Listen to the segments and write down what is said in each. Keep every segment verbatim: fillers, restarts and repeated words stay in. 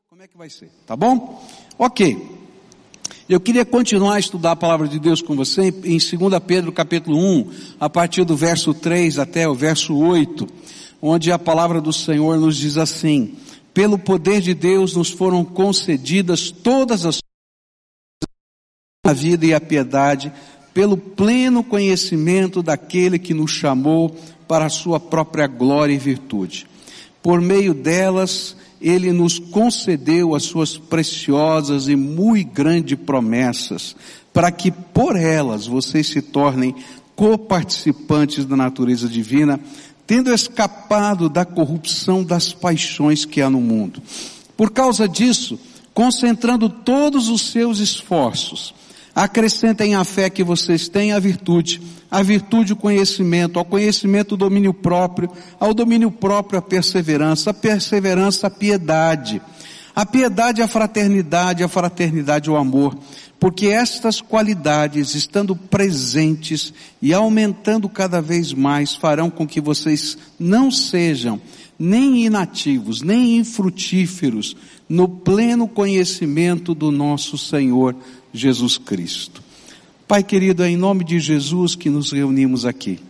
Como é que vai ser? Tá bom? Ok. Eu queria continuar a estudar a palavra de Deus com você em dois Pedro capítulo um, a partir do verso três até o verso oito, onde a palavra do Senhor nos diz assim: pelo poder de Deus nos foram concedidas todas as coisas, a vida e a piedade, pelo pleno conhecimento daquele que nos chamou para a sua própria glória e virtude. Por meio delas, Ele nos concedeu as suas preciosas e muito grandes promessas, para que por elas vocês se tornem coparticipantes da natureza divina, tendo escapado da corrupção das paixões que há no mundo. Por causa disso, concentrando todos os seus esforços, acrescentem à fé que vocês têm a virtude, a virtude o conhecimento, ao conhecimento o domínio próprio, ao domínio próprio a perseverança, a perseverança a piedade, a piedade a fraternidade, a fraternidade o amor, porque estas qualidades, estando presentes e aumentando cada vez mais, farão com que vocês não sejam nem inativos, nem infrutíferos no pleno conhecimento do nosso Senhor Jesus Cristo. Pai querido, é em nome de Jesus que nos reunimos aqui.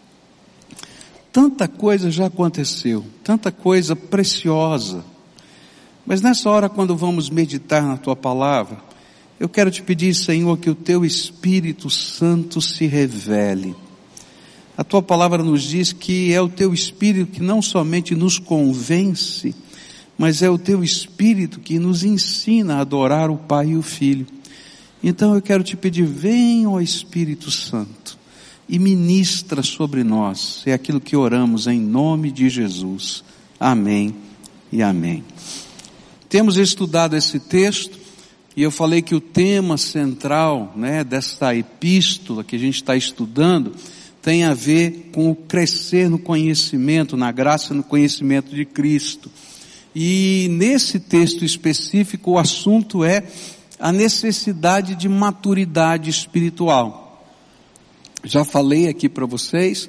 Tanta coisa já aconteceu, tanta coisa preciosa, mas nessa hora, quando vamos meditar na Tua palavra, eu quero te pedir, Senhor, que o Teu Espírito Santo se revele. A Tua palavra nos diz que é o Teu Espírito que não somente nos convence, mas é o Teu Espírito que nos ensina a adorar o Pai e o Filho. Então eu quero te pedir, vem, ó Espírito Santo, e ministra sobre nós. É aquilo que oramos em nome de Jesus. Amém e amém. Temos estudado esse texto, e eu falei que o tema central, né, desta epístola que a gente está estudando, tem a ver com o crescer no conhecimento, na graça e no conhecimento de Cristo. E nesse texto específico, o assunto é a necessidade de maturidade espiritual. Já falei aqui para vocês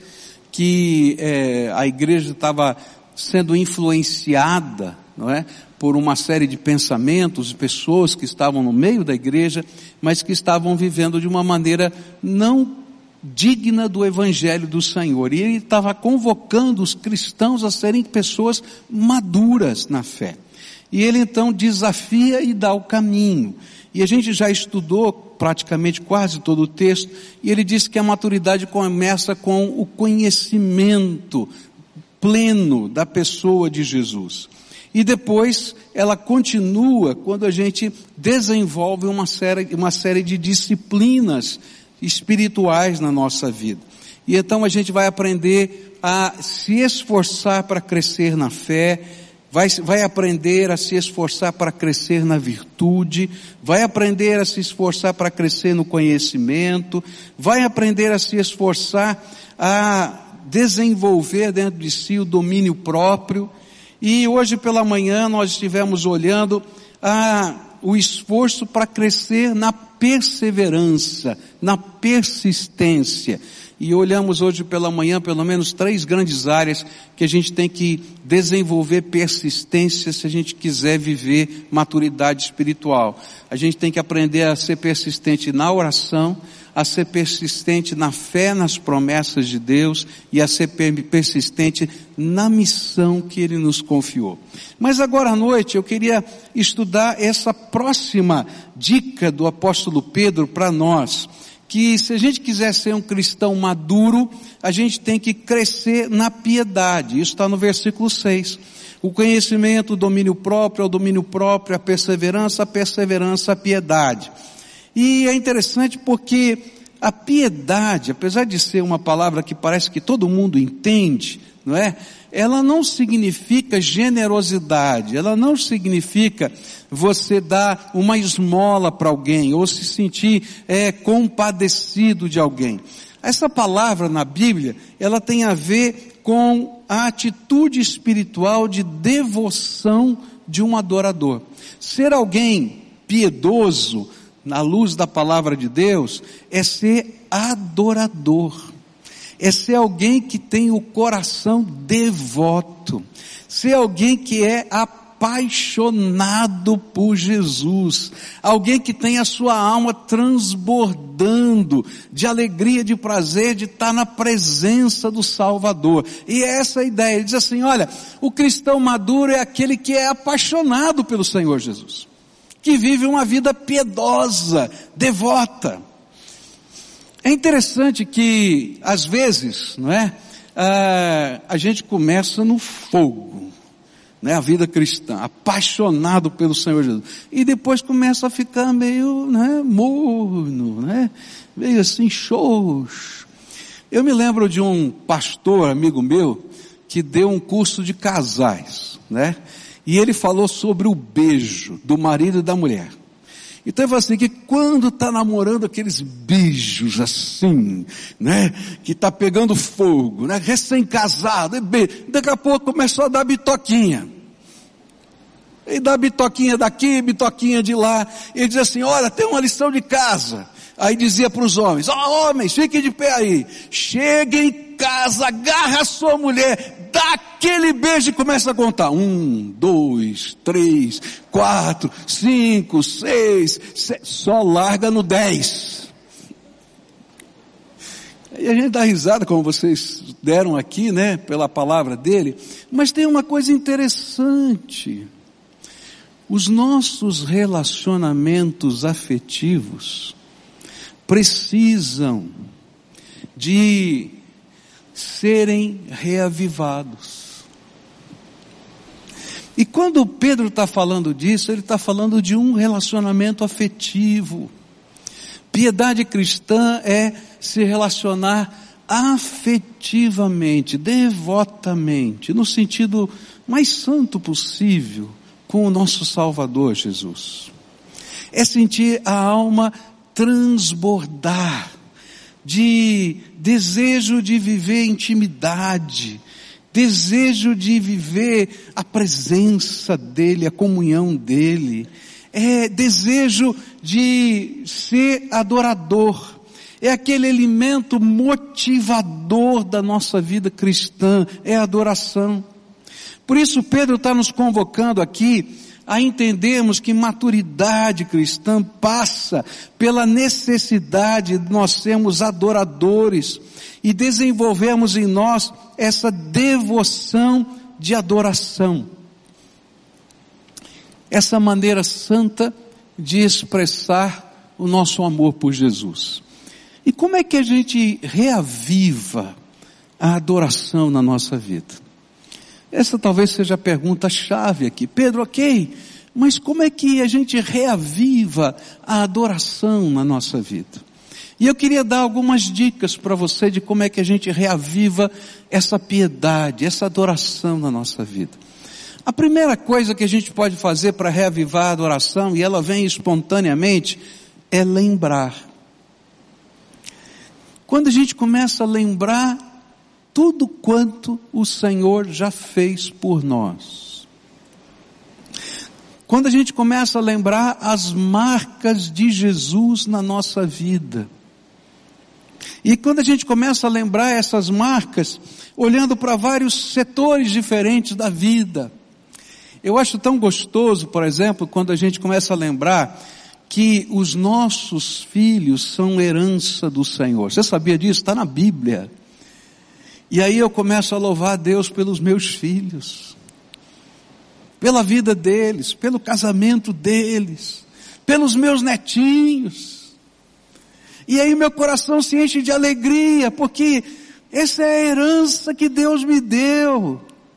que é, a igreja estava sendo influenciada, não é, por uma série de pensamentos, pessoas que estavam no meio da igreja, mas que estavam vivendo de uma maneira não digna do Evangelho do Senhor. E ele estava convocando os cristãos a serem pessoas maduras na fé. E ele então desafia e dá o caminho. E a gente já estudou praticamente quase todo o texto, e ele diz que a maturidade começa com o conhecimento pleno da pessoa de Jesus. E depois ela continua quando a gente desenvolve uma série, uma série de disciplinas espirituais na nossa vida. E então a gente vai aprender a se esforçar para crescer na fé, vai, vai aprender a se esforçar para crescer na virtude, vai aprender a se esforçar para crescer no conhecimento, vai aprender a se esforçar a desenvolver dentro de si o domínio próprio. E hoje pela manhã nós estivemos olhando a, o esforço para crescer na perseverança, na persistência. E olhamos hoje pela manhã pelo menos três grandes áreas que a gente tem que desenvolver persistência se a gente quiser viver maturidade espiritual. A gente tem que aprender a ser persistente na oração, a ser persistente na fé nas promessas de Deus e a ser persistente na missão que Ele nos confiou. Mas agora à noite eu queria estudar essa próxima dica do apóstolo Pedro para nós, que se a gente quiser ser um cristão maduro, a gente tem que crescer na piedade. Isso está no versículo seis. O conhecimento, o domínio próprio, o domínio próprio, a perseverança, a perseverança, a piedade. E é interessante porque a piedade, apesar de ser uma palavra que parece que todo mundo entende, não é? Ela não significa generosidade, ela não significa você dar uma esmola para alguém, ou se sentir é, compadecido de alguém. Essa palavra na Bíblia, ela tem a ver com a atitude espiritual de devoção de um adorador. Ser alguém piedoso, na luz da palavra de Deus, é ser adorador. É ser alguém que tem o coração devoto. Ser alguém que é apaixonado por Jesus, alguém que tem a sua alma transbordando de alegria, de prazer, de estar na presença do Salvador. E é essa a ideia. Ele diz assim, olha, o cristão maduro é aquele que é apaixonado pelo Senhor Jesus, que vive uma vida piedosa, devota. É interessante que, às vezes, não é? Ah, a gente começa no fogo, né? A vida cristã, apaixonado pelo Senhor Jesus. E depois começa a ficar meio, né, morno, né? Meio assim, xoxo. Eu me lembro de um pastor, amigo meu, que deu um curso de casais, né? E ele falou sobre o beijo do marido e da mulher. Então ele falou assim, que quando está namorando aqueles beijos assim, né, que está pegando fogo, né, recém-casado, daqui a pouco começou a dar bitoquinha. E dá bitoquinha daqui, bitoquinha de lá. Ele diz assim, olha, tem uma lição de casa. Aí dizia para os homens, ó oh, homens, fiquem de pé aí. Chega em casa, agarra a sua mulher, dá aquele beijo e começa a contar. Um, dois, três, quatro, cinco, seis, sete, só larga no dez. E a gente dá risada, como vocês deram aqui, né, pela palavra dele. Mas tem uma coisa interessante. Os nossos relacionamentos afetivos precisam de serem reavivados. E quando Pedro está falando disso, ele está falando de um relacionamento afetivo. Piedade cristã é se relacionar afetivamente, devotamente, no sentido mais santo possível, com o nosso Salvador Jesus. É sentir a alma transbordar de desejo de viver intimidade, desejo de viver a presença dEle, a comunhão dEle, é desejo de ser adorador, é aquele elemento motivador da nossa vida cristã, é a adoração. Por isso Pedro está nos convocando aqui a entendermos que maturidade cristã passa pela necessidade de nós sermos adoradores e desenvolvermos em nós essa devoção de adoração. Essa maneira santa de expressar o nosso amor por Jesus. E como é que a gente reaviva a adoração na nossa vida? Essa talvez seja a pergunta-chave aqui. Pedro, ok, mas como é que a gente reaviva a adoração na nossa vida? E eu queria dar algumas dicas para você de como é que a gente reaviva essa piedade, essa adoração na nossa vida. A primeira coisa que a gente pode fazer para reavivar a adoração, e ela vem espontaneamente, é lembrar. Quando a gente começa a lembrar tudo quanto o Senhor já fez por nós. Quando a gente começa a lembrar as marcas de Jesus na nossa vida. E quando a gente começa a lembrar essas marcas, olhando para vários setores diferentes da vida. Eu acho tão gostoso, por exemplo, quando a gente começa a lembrar que os nossos filhos são herança do Senhor. Você sabia disso? Está na Bíblia. E aí eu começo a louvar a Deus pelos meus filhos, pela vida deles, pelo casamento deles, pelos meus netinhos. E aí meu coração se enche de alegria, porque essa é a herança que Deus me deu.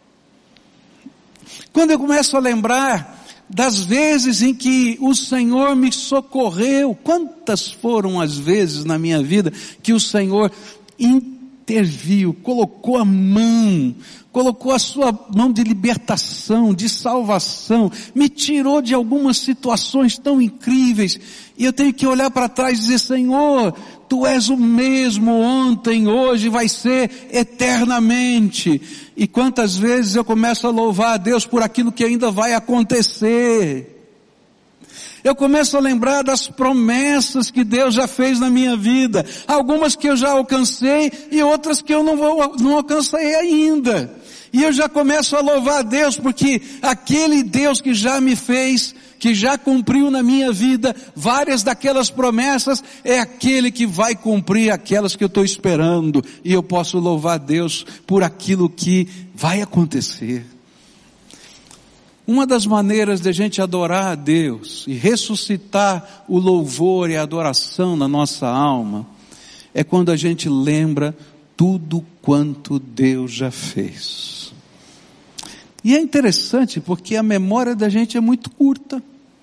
Quando eu começo a lembrar das vezes em que o Senhor me socorreu, quantas foram as vezes na minha vida que o Senhor interviu, colocou a mão, colocou a sua mão de libertação, de salvação, me tirou de algumas situações tão incríveis, e eu tenho que olhar para trás e dizer, Senhor, Tu és o mesmo ontem, hoje, vai ser eternamente. E quantas vezes eu começo a louvar a Deus por aquilo que ainda vai acontecer. Eu começo a lembrar das promessas que Deus já fez na minha vida. Algumas que eu já alcancei e outras que eu não, vou, não alcancei ainda. E eu já começo a louvar a Deus, porque aquele Deus que já me fez, que já cumpriu na minha vida várias daquelas promessas, é aquele que vai cumprir aquelas que eu estou esperando. E eu posso louvar a Deus por aquilo que vai acontecer. Uma das maneiras de a gente adorar a Deus e ressuscitar o louvor e a adoração na nossa alma é quando a gente lembra tudo quanto Deus já fez. E é interessante porque a memória da gente é muito curta.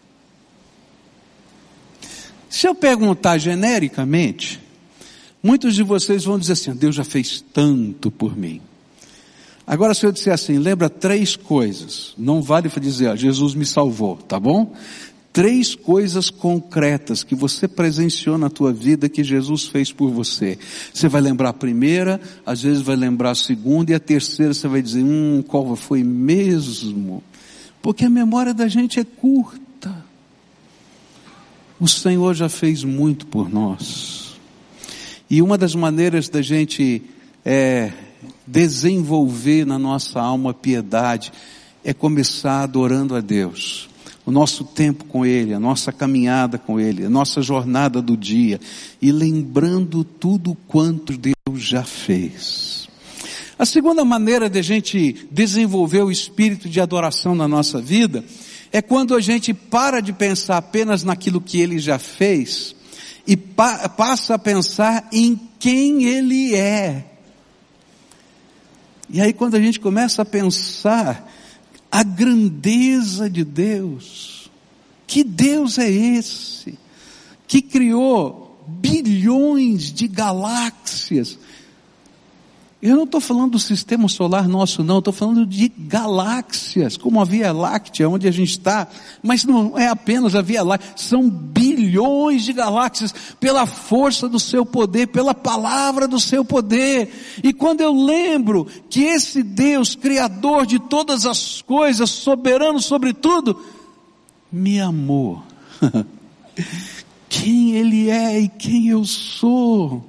Se eu perguntar genericamente, muitos de vocês vão dizer assim: Deus já fez tanto por mim. Agora, se eu disser assim, lembra três coisas, não vale dizer, ó, Jesus me salvou, tá bom? Três coisas concretas que você presenciou na tua vida que Jesus fez por você. Você vai lembrar a primeira, às vezes vai lembrar a segunda, e a terceira você vai dizer, hum, qual foi mesmo? Porque a memória da gente é curta. O Senhor já fez muito por nós. E uma das maneiras da gente é, desenvolver na nossa alma piedade é começar adorando a Deus. O nosso tempo com Ele, a nossa caminhada com Ele, a nossa jornada do dia, e lembrando tudo quanto Deus já fez. A segunda maneira de a gente desenvolver o espírito de adoração na nossa vida é quando a gente para de pensar apenas naquilo que Ele já fez e pa- passa a pensar em quem Ele é. E aí quando a gente começa a pensar a grandeza de Deus, que Deus é esse, que criou bilhões de galáxias. Eu não estou falando do sistema solar nosso não, estou falando de galáxias, como a Via Láctea, onde a gente está, mas não é apenas a Via Láctea, são bilhões de galáxias, pela força do seu poder, pela palavra do seu poder. E quando eu lembro que esse Deus, Criador de todas as coisas, soberano sobre tudo, me amou, quem Ele é e quem eu sou.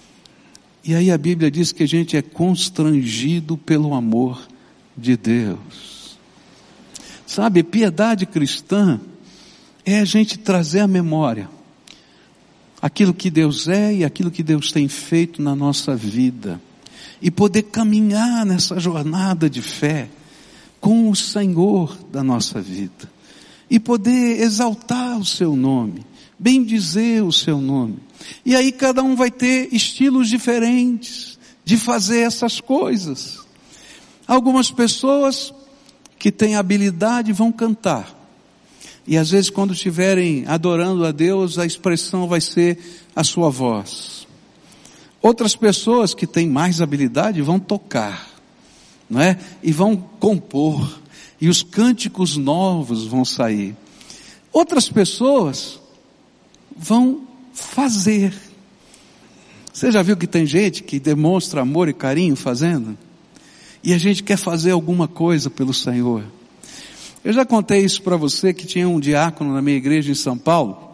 E aí a Bíblia diz que a gente é constrangido pelo amor de Deus. Sabe, piedade cristã é a gente trazer à memória aquilo que Deus é e aquilo que Deus tem feito na nossa vida. E poder caminhar nessa jornada de fé com o Senhor da nossa vida. E poder exaltar o seu nome, bendizer o seu nome. E aí cada um vai ter estilos diferentes de fazer essas coisas. Algumas pessoas que têm habilidade vão cantar. E às vezes quando estiverem adorando a Deus, a expressão vai ser a sua voz. Outras pessoas que têm mais habilidade vão tocar, não é? E vão compor. E os cânticos novos vão sair. Outras pessoas vão fazer. Você já viu que tem gente que demonstra amor e carinho fazendo? E a gente quer fazer alguma coisa pelo Senhor. Eu já contei isso para você, que tinha um diácono na minha igreja em São Paulo.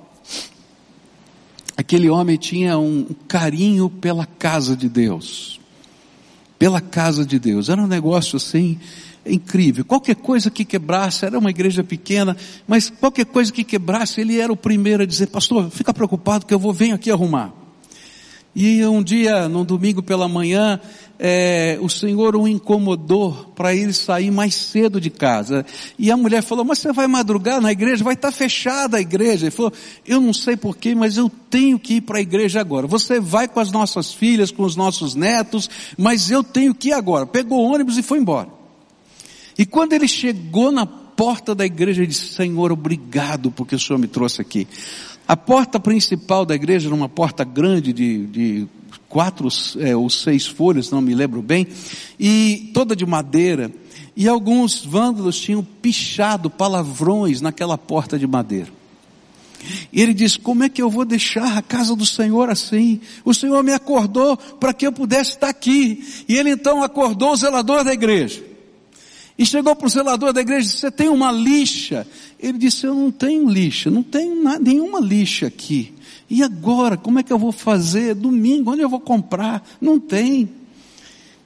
Aquele homem tinha um carinho pela casa de Deus. Pela casa de Deus. Era um negócio assim incrível. Qualquer coisa que quebrasse, era uma igreja pequena, mas qualquer coisa que quebrasse, ele era o primeiro a dizer, pastor, fica preocupado que eu vou, venho aqui arrumar. E um dia, num domingo pela manhã, é, o Senhor o incomodou para ele sair mais cedo de casa. E a mulher falou, mas você vai madrugar na igreja? Vai estar fechada a igreja. Ele falou, eu não sei porquê, mas eu tenho que ir para a igreja agora. Você vai com as nossas filhas, com os nossos netos, mas eu tenho que ir agora. Pegou o ônibus e foi embora. E quando ele chegou na porta da igreja, ele disse, Senhor, obrigado porque o Senhor me trouxe aqui. A porta principal da igreja era uma porta grande de, de quatro é, ou seis folhas, não me lembro bem, e toda de madeira. E alguns vândalos tinham pichado palavrões naquela porta de madeira. E ele disse, como é que eu vou deixar a casa do Senhor assim? O Senhor me acordou para que eu pudesse estar aqui. E ele então acordou o zelador da igreja. E chegou para o zelador da igreja e disse, você tem uma lixa? Ele disse, eu não tenho lixa, não tenho nada, nenhuma lixa aqui. E agora, como é que eu vou fazer? Domingo, onde eu vou comprar? Não tem.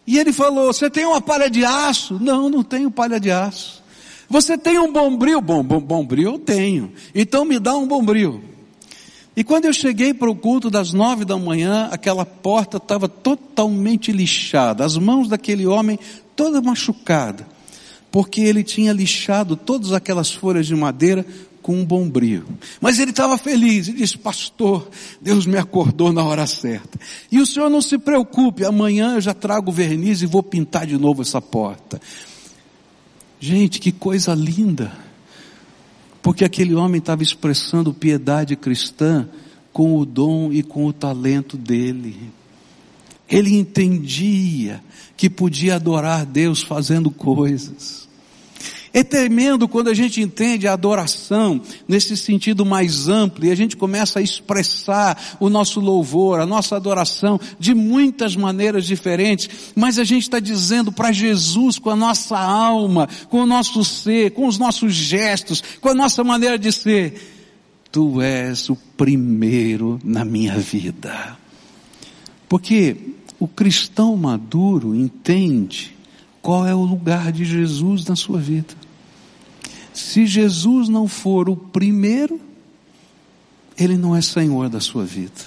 E ele falou, você tem uma palha de aço? Não, não tenho palha de aço. Você tem um bombril? Bom, bom, bombril eu tenho. Então me dá um bombril. E quando eu cheguei para o culto das nove da manhã, aquela porta estava totalmente lixada. As mãos daquele homem toda machucada. Porque ele tinha lixado todas aquelas folhas de madeira com um bombril. Mas ele estava feliz e disse, pastor, Deus me acordou na hora certa. E o senhor não se preocupe, amanhã eu já trago verniz e vou pintar de novo essa porta. Gente, que coisa linda. Porque aquele homem estava expressando piedade cristã com o dom e com o talento dele. Ele entendia que podia adorar Deus fazendo coisas. É tremendo quando a gente entende a adoração nesse sentido mais amplo e a gente começa a expressar o nosso louvor, a nossa adoração de muitas maneiras diferentes, mas a gente está dizendo para Jesus com a nossa alma, com o nosso ser, com os nossos gestos, com a nossa maneira de ser, Tu és o primeiro na minha vida. Porque o cristão maduro entende qual é o lugar de Jesus na sua vida. Se Jesus não for o primeiro, Ele não é Senhor da sua vida.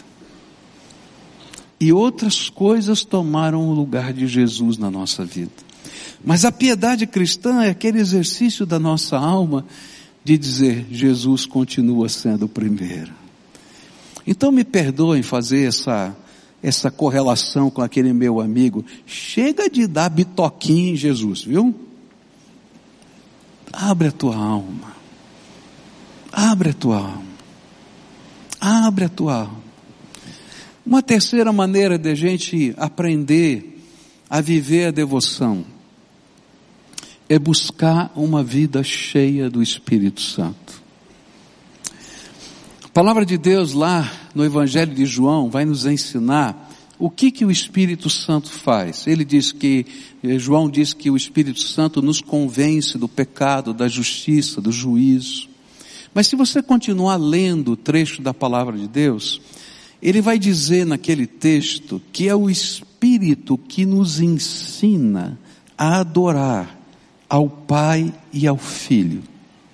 E outras coisas tomaram o lugar de Jesus na nossa vida. Mas a piedade cristã é aquele exercício da nossa alma de dizer, Jesus continua sendo o primeiro. Então me perdoem fazer essa, essa correlação com aquele meu amigo. Chega de dar bitoquinho em Jesus, viu? Abre a tua alma. Abre a tua alma. Abre a tua alma. Uma terceira maneira de a gente aprender a viver a devoção é buscar uma vida cheia do Espírito Santo. A palavra de Deus lá no Evangelho de João vai nos ensinar o que que o Espírito Santo faz. Ele diz que, João diz que o Espírito Santo nos convence do pecado, da justiça, do juízo. Mas se você continuar lendo o trecho da palavra de Deus, ele vai dizer naquele texto que é o Espírito que nos ensina a adorar ao Pai e ao Filho.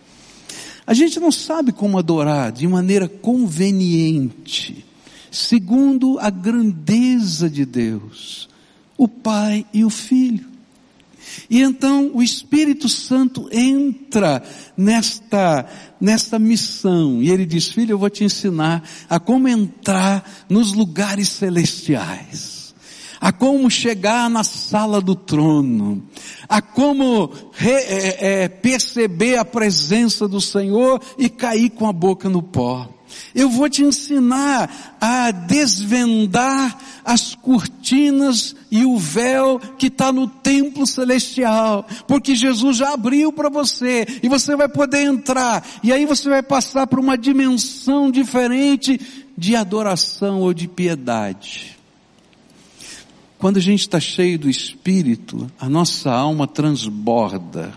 A gente não sabe como adorar de maneira conveniente, segundo a grandeza de Deus, o Pai e o Filho. E então o Espírito Santo entra nesta, nesta missão, e ele diz, filho, eu vou te ensinar a como entrar nos lugares celestiais, a como chegar na sala do trono, a como re, é, é, perceber a presença do Senhor e cair com a boca no pó. Eu vou te ensinar a desvendar as cortinas e o véu que está no templo celestial, porque Jesus já abriu para você, e você vai poder entrar, e aí você vai passar por uma dimensão diferente de adoração ou de piedade. Quando a gente está cheio do Espírito, a nossa alma transborda.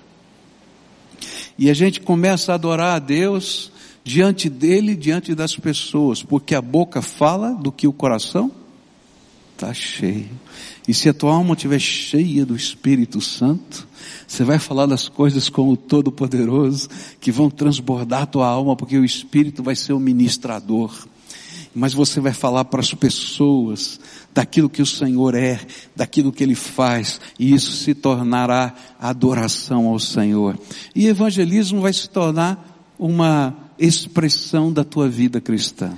E a gente começa a adorar a Deus diante dele, diante das pessoas, porque a boca fala do que o coração está cheio. E se a tua alma estiver cheia do Espírito Santo, você vai falar das coisas com o Todo-Poderoso, que vão transbordar a tua alma, porque o Espírito vai ser o ministrador. Mas você vai falar para as pessoas daquilo que o Senhor é, daquilo que Ele faz, e isso se tornará adoração ao Senhor. E evangelismo vai se tornar uma expressão da tua vida cristã.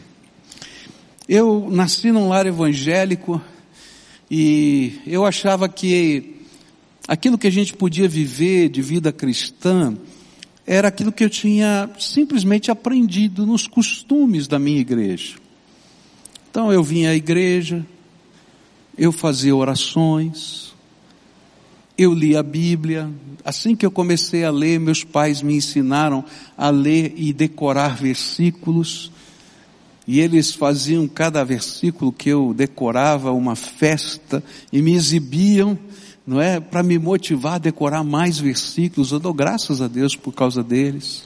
Eu nasci num lar evangélico e eu achava que aquilo que a gente podia viver de vida cristã era aquilo que eu tinha simplesmente aprendido nos costumes da minha igreja. Então eu vinha à igreja, eu fazia orações, eu lia a Bíblia. Assim que eu comecei a ler, meus pais me ensinaram a ler e decorar versículos, e eles faziam cada versículo que eu decorava uma festa e me exibiam, não é, para me motivar a decorar mais versículos. Eu dou graças a Deus por causa deles.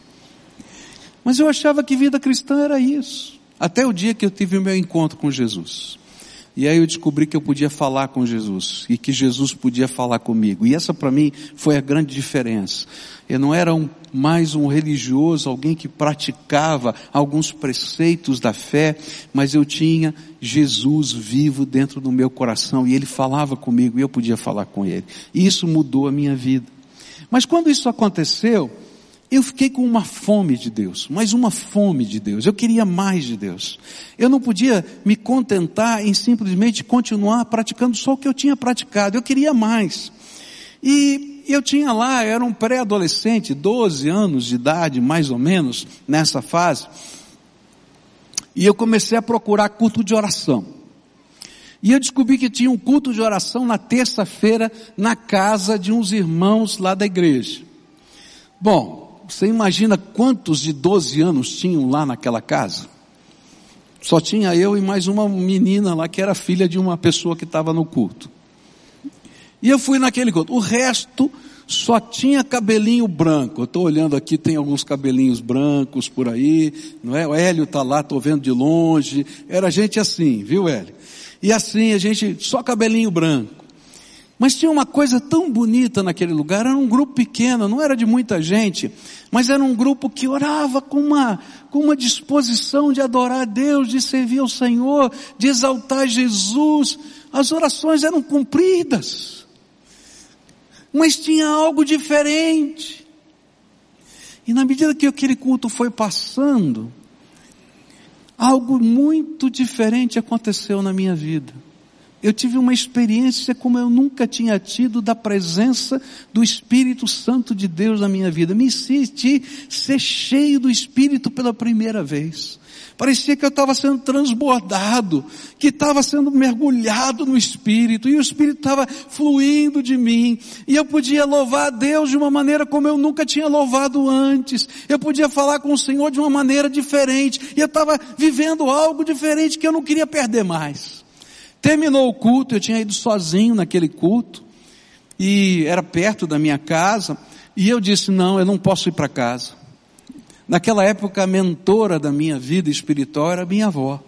Mas eu achava que vida cristã era isso. Até o dia que eu tive o meu encontro com Jesus. E aí eu descobri que eu podia falar com Jesus, e que Jesus podia falar comigo. E essa para mim foi a grande diferença. Eu não era um, mais um religioso, alguém que praticava alguns preceitos da fé, mas eu tinha Jesus vivo dentro do meu coração, e Ele falava comigo, e eu podia falar com Ele. E isso mudou a minha vida. Mas quando isso aconteceu, eu fiquei com uma fome de Deus, mas uma fome de Deus. Eu queria mais de Deus. Eu não podia me contentar em simplesmente continuar praticando só o que eu tinha praticado. Eu queria mais. E eu tinha lá, era um pré-adolescente, doze anos de idade, mais ou menos, nessa fase. E eu comecei a procurar culto de oração. E eu descobri que tinha um culto de oração na terça-feira, na casa de uns irmãos lá da igreja. Bom, você imagina quantos de doze anos tinham lá naquela casa? Só tinha eu e mais uma menina lá que era filha de uma pessoa que estava no culto. E eu fui naquele culto. O resto só tinha cabelinho branco. Eu estou olhando aqui, tem alguns cabelinhos brancos por aí, não é? O Hélio está lá, estou vendo de longe. Era gente assim, viu, Hélio? E assim, a gente, só cabelinho branco. Mas tinha uma coisa tão bonita naquele lugar, era um grupo pequeno, não era de muita gente, mas era um grupo que orava com uma, com uma disposição de adorar a Deus, de servir ao Senhor, de exaltar Jesus. As orações eram cumpridas, mas tinha algo diferente. E na medida que aquele culto foi passando, algo muito diferente aconteceu na minha vida. Eu tive uma experiência como eu nunca tinha tido da presença do Espírito Santo de Deus na minha vida. Me senti ser cheio do Espírito pela primeira vez. Parecia que eu estava sendo transbordado, que estava sendo mergulhado no Espírito, e o Espírito estava fluindo de mim, e eu podia louvar a Deus de uma maneira como eu nunca tinha louvado antes. Eu podia falar com o Senhor de uma maneira diferente, e eu estava vivendo algo diferente que eu não queria perder mais. Terminou o culto, eu tinha ido sozinho naquele culto, e era perto da minha casa, e eu disse, não, eu não posso ir para casa. Naquela época a mentora da minha vida espiritual era minha avó.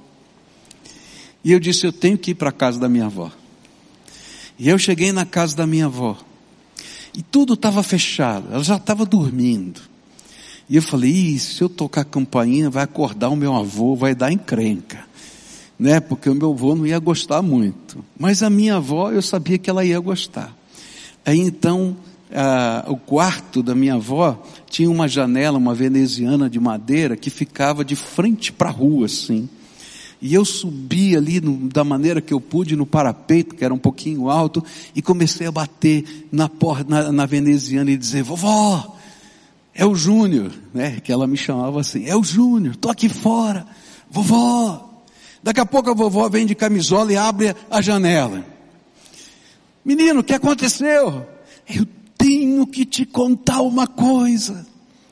E eu disse, eu tenho que ir para a casa da minha avó. E eu cheguei na casa da minha avó, e tudo estava fechado, ela já estava dormindo. E eu falei, Ih, se eu tocar a campainha vai acordar o meu avô, vai dar encrenca. Né, porque o meu avô não ia gostar muito, mas a minha avó eu sabia que ela ia gostar. Aí então, ah, o quarto da minha avó tinha uma janela, uma veneziana de madeira que ficava de frente para a rua assim, e eu subi ali no, da maneira que eu pude no parapeito, que era um pouquinho alto, e comecei a bater na porta, na, na veneziana e dizer, vovó, é o Júnior, né, que ela me chamava assim, é o Júnior, estou aqui fora, vovó. Daqui a pouco a vovó vem de camisola e abre a janela. Menino, o que aconteceu? Eu tenho que te contar uma coisa.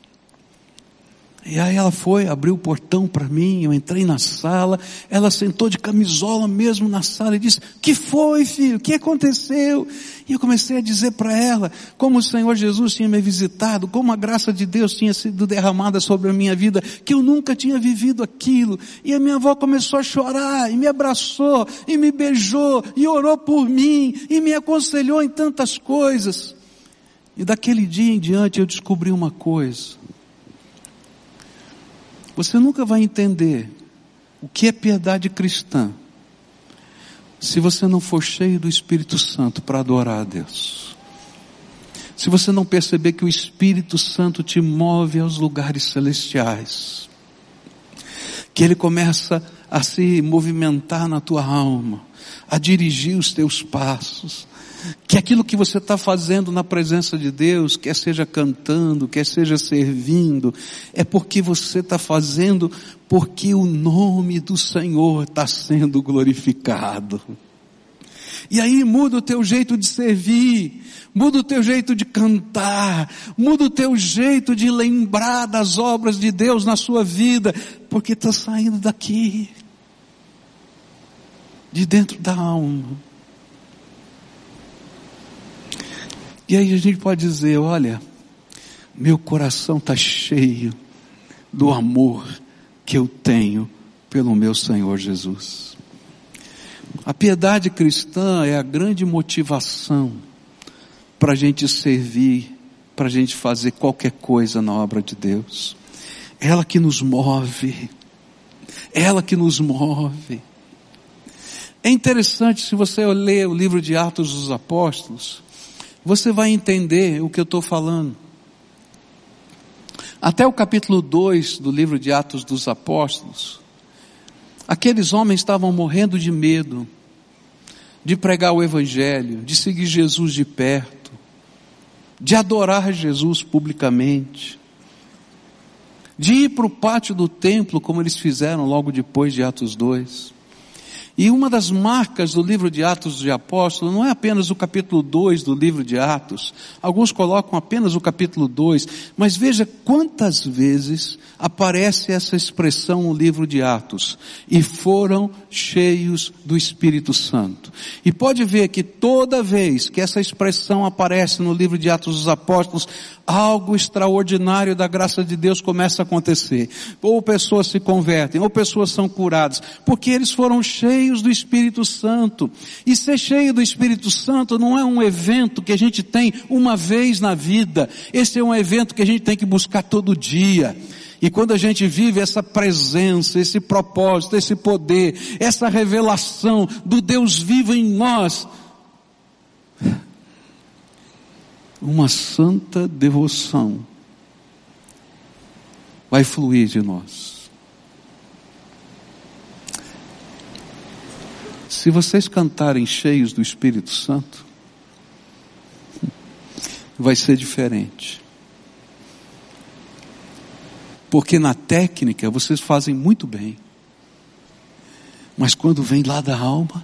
E aí ela foi, abriu o portão para mim, eu entrei na sala, ela sentou de camisola mesmo na sala e disse, o que foi, filho? O que aconteceu? E eu comecei a dizer para ela como o Senhor Jesus tinha me visitado, como a graça de Deus tinha sido derramada sobre a minha vida, que eu nunca tinha vivido aquilo. E a minha avó começou a chorar, e me abraçou, e me beijou, e orou por mim, e me aconselhou em tantas coisas. E daquele dia em diante eu descobri uma coisa. Você nunca vai entender o que é piedade cristã se você não for cheio do Espírito Santo para adorar a Deus. Se você não perceber que o Espírito Santo te move aos lugares celestiais, que Ele começa a se movimentar na tua alma, a dirigir os teus passos, que aquilo que você está fazendo na presença de Deus, quer seja cantando, quer seja servindo, é porque você está fazendo porque o nome do Senhor está sendo glorificado. E aí muda o teu jeito de servir, muda o teu jeito de cantar, muda o teu jeito de lembrar das obras de Deus na sua vida, porque está saindo daqui, de dentro da alma. E aí a gente pode dizer, olha, meu coração está cheio do amor que eu tenho pelo meu Senhor Jesus. A piedade cristã é a grande motivação para a gente servir, para a gente fazer qualquer coisa na obra de Deus. Ela que nos move, ela que nos move. É interessante, se você ler o livro de Atos dos Apóstolos, você vai entender o que eu estou falando. Até o capítulo dois do livro de Atos dos Apóstolos, aqueles homens estavam morrendo de medo de pregar o Evangelho, de seguir Jesus de perto, de adorar Jesus publicamente, de ir para o pátio do templo, como eles fizeram logo depois de Atos dois. E uma das marcas do livro de Atos de Apóstolos não é apenas o capítulo dois do livro de Atos. Alguns colocam apenas o capítulo dois, mas veja quantas vezes aparece essa expressão no livro de Atos. E foram cheios do Espírito Santo. E pode ver que toda vez que essa expressão aparece no livro de Atos dos Apóstolos, algo extraordinário da graça de Deus começa a acontecer. Ou pessoas se convertem, ou pessoas são curadas, porque eles foram cheios do Espírito Santo. E ser cheio do Espírito Santo não é um evento que a gente tem uma vez na vida. Esse é um evento que a gente tem que buscar todo dia. E quando a gente vive essa presença, esse propósito, esse poder, essa revelação do Deus vivo em nós, uma santa devoção vai fluir de nós. Se vocês cantarem cheios do Espírito Santo, vai ser diferente. Porque na técnica vocês fazem muito bem. Mas quando vem lá da alma,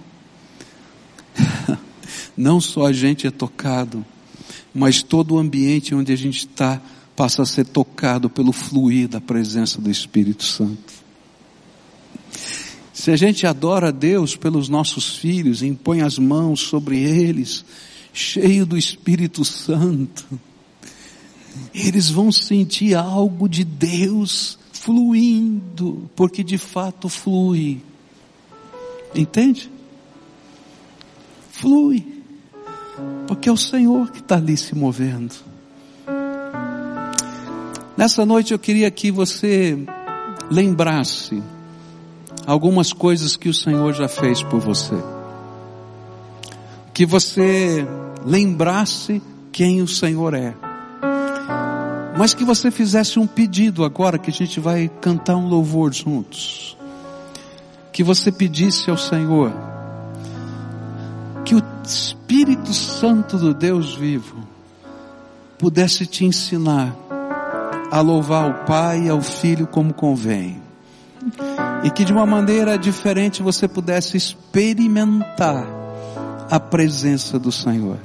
não só a gente é tocado, mas todo o ambiente onde a gente está passa a ser tocado pelo fluir da presença do Espírito Santo. Se a gente adora a Deus pelos nossos filhos, e impõe as mãos sobre eles, cheio do Espírito Santo, eles vão sentir algo de Deus fluindo, porque de fato flui. Entende? Flui. Porque é o Senhor que está ali se movendo. Nessa noite eu queria que você lembrasse algumas coisas que o Senhor já fez por você. Que você lembrasse quem o Senhor é. Mas que você fizesse um pedido agora, que a gente vai cantar um louvor juntos. Que você pedisse ao Senhor que o Espírito Santo do Deus vivo pudesse te ensinar a louvar o Pai e ao Filho como convém. E que de uma maneira diferente você pudesse experimentar a presença do Senhor.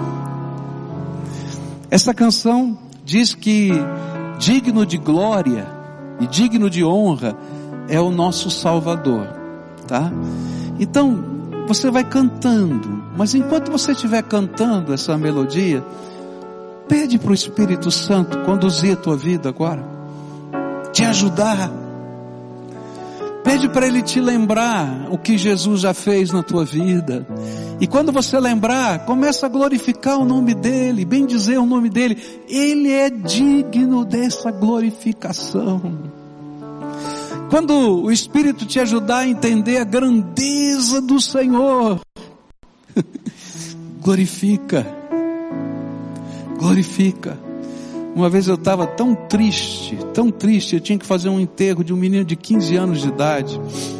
Essa canção diz que digno de glória e digno de honra é o nosso Salvador, tá? Então, você vai cantando, mas enquanto você estiver cantando essa melodia, pede para o Espírito Santo conduzir a tua vida agora, te ajudar. Pede para Ele te lembrar o que Jesus já fez na tua vida. E quando você lembrar, começa a glorificar o nome dEle, bendizer o nome dEle. Ele é digno dessa glorificação. Quando o Espírito te ajudar a entender a grandeza do Senhor, glorifica, glorifica. Uma vez eu estava tão triste, tão triste, eu tinha que fazer um enterro de um menino de quinze anos de idade.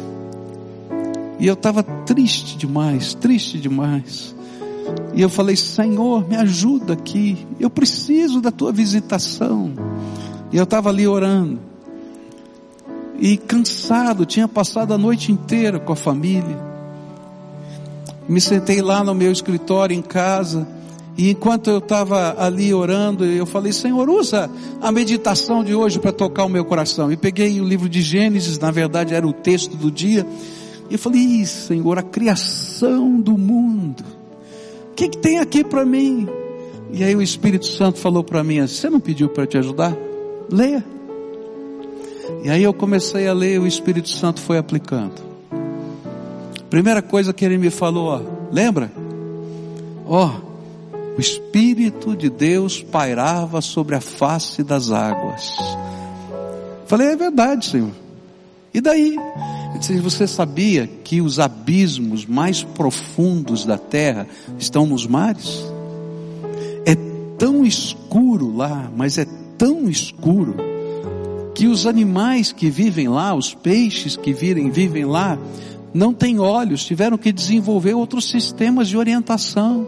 E eu estava triste demais, triste demais. E eu falei, Senhor, me ajuda aqui, eu preciso da tua visitação. E eu estava ali orando. E cansado, tinha passado a noite inteira com a família. Me sentei lá no meu escritório em casa. E enquanto eu estava ali orando, eu falei, Senhor, usa a meditação de hoje para tocar o meu coração. E peguei o livro de Gênesis, na verdade era o texto do dia. E eu falei, Senhor, a criação do mundo. O que, que tem aqui para mim? E aí o Espírito Santo falou para mim, você não pediu para te ajudar? Leia. E aí eu comecei a ler, o Espírito Santo foi aplicando. Primeira coisa que ele me falou, ó, lembra? Ó, o Espírito de Deus pairava sobre a face das águas. Falei, é verdade, Senhor. E daí? Ele disse, você sabia que os abismos mais profundos da terra estão nos mares? É tão escuro lá, mas é tão escuro, que os animais que vivem lá, os peixes que vivem, vivem lá, não têm olhos, tiveram que desenvolver outros sistemas de orientação.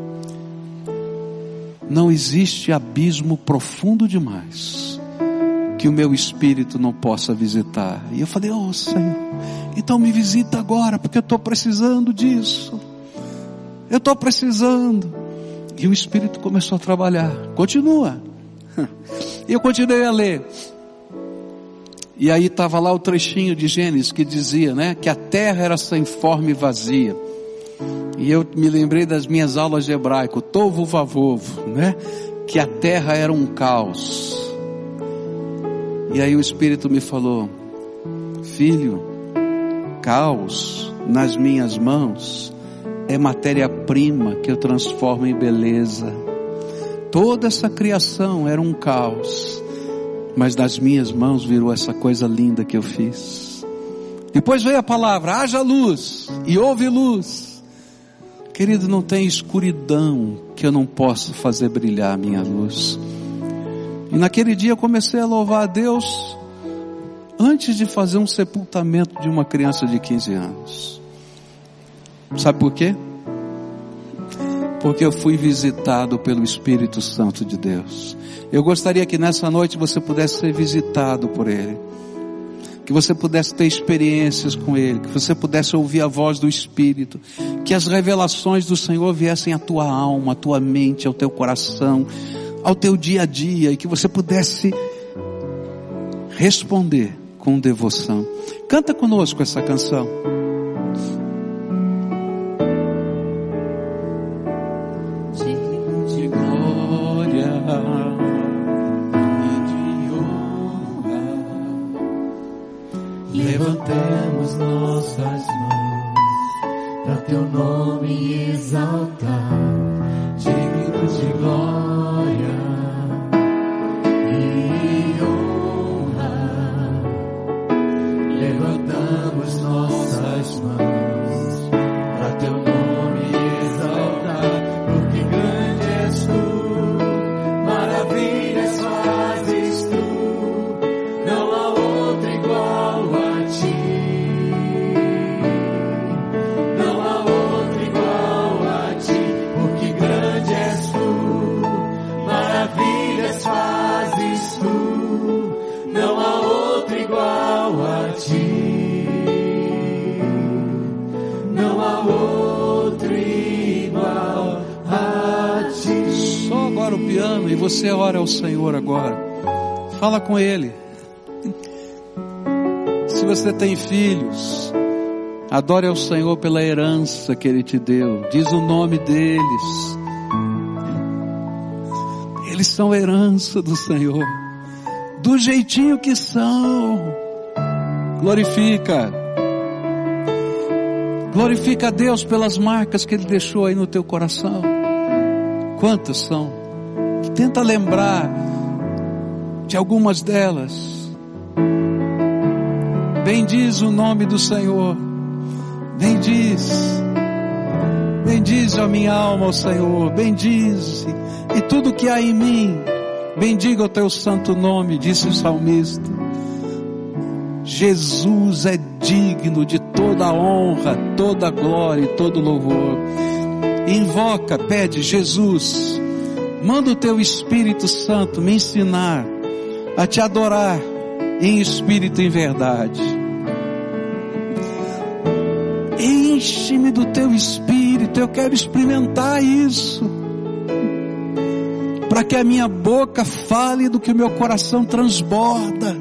Não existe abismo profundo demais que o meu espírito não possa visitar. E eu falei, oh Senhor, então me visita agora, porque eu estou precisando disso. Eu estou precisando. E o Espírito começou a trabalhar. Continua. E eu continuei a ler. E aí estava lá o trechinho de Gênesis que dizia, né, que a terra era sem forma e vazia. E eu me lembrei das minhas aulas de hebraico, tovo vavovo, né, que a terra era um caos. E aí o Espírito me falou, filho, caos nas minhas mãos é matéria-prima que eu transformo em beleza. Toda essa criação era um caos, mas das minhas mãos virou essa coisa linda que eu fiz. Depois veio a palavra, haja luz, e houve luz. Querido, não tem escuridão que eu não possa fazer brilhar a minha luz. E naquele dia eu comecei a louvar a Deus, antes de fazer um sepultamento de uma criança de quinze anos. Sabe por quê? Porque eu fui visitado pelo Espírito Santo de Deus. Eu gostaria que nessa noite você pudesse ser visitado por Ele, que você pudesse ter experiências com Ele, que você pudesse ouvir a voz do Espírito, que as revelações do Senhor viessem à tua alma, à tua mente, ao teu coração, ao teu dia a dia, e que você pudesse responder com devoção. Canta conosco essa canção. De glória e de honra, levantemos nossas mãos para teu nome exaltar, digno de glória e honra. Levantamos nossas mãos para teu nome exaltar, porque grande és tu, maravilhas fazes tu, não há outro igual a ti, não há outro igual a ti, porque grande és tu, maravilhas fazes tu, não há outro igual a ti, não há outro igual a ti. Só agora o piano e você ora ao Senhor agora. Fala com Ele. Se você tem filhos, adore ao Senhor pela herança que Ele te deu. Diz o nome deles. Eles são herança do Senhor, do jeitinho que são. Glorifica. Glorifica a Deus pelas marcas que Ele deixou aí no teu coração. Quantas são? Tenta lembrar de algumas delas. Bendiz o nome do Senhor. Bendiz. Bendize a minha alma ao Senhor. Bendize. E tudo que há em mim, bendiga o teu santo nome, disse o salmista. Jesus é digno de toda a honra, toda a glória e todo louvor. Invoca, pede, Jesus, manda o teu Espírito Santo me ensinar a te adorar em espírito e em verdade. Enche-me do teu Espírito, eu quero experimentar isso, para que a minha boca fale do que o meu coração transborda.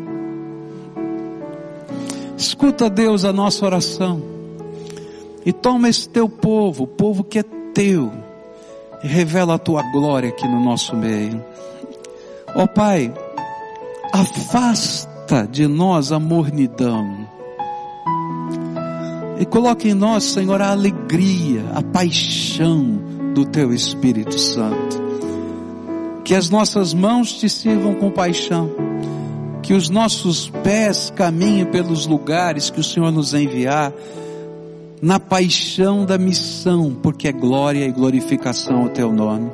Escuta, Deus, a nossa oração, e toma esse teu povo, o povo que é teu, e revela a tua glória aqui no nosso meio. Ó Pai, afasta de nós a mornidão. E coloque em nós, Senhor, a alegria, a paixão do Teu Espírito Santo. Que as nossas mãos Te sirvam com paixão. Que os nossos pés caminhem pelos lugares que o Senhor nos enviar, na paixão da missão, porque é glória e glorificação ao Teu nome.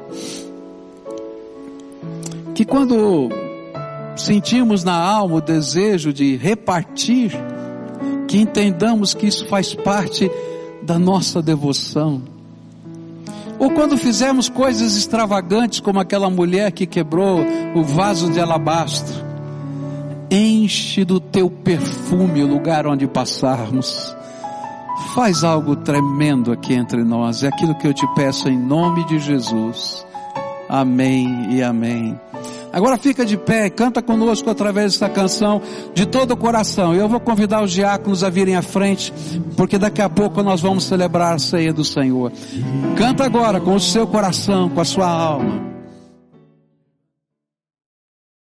Que quando sentimos na alma o desejo de repartir, que entendamos que isso faz parte da nossa devoção. Ou quando fizermos coisas extravagantes, como aquela mulher que quebrou o vaso de alabastro, enche do Teu perfume o lugar onde passarmos. Faz algo tremendo aqui entre nós, é aquilo que eu Te peço em nome de Jesus. Amém e amém. Agora fica de pé, canta conosco através dessa canção de todo o coração. Eu vou convidar os diáconos a virem à frente, porque daqui a pouco nós vamos celebrar a ceia do Senhor. Canta agora com o seu coração, com a sua alma.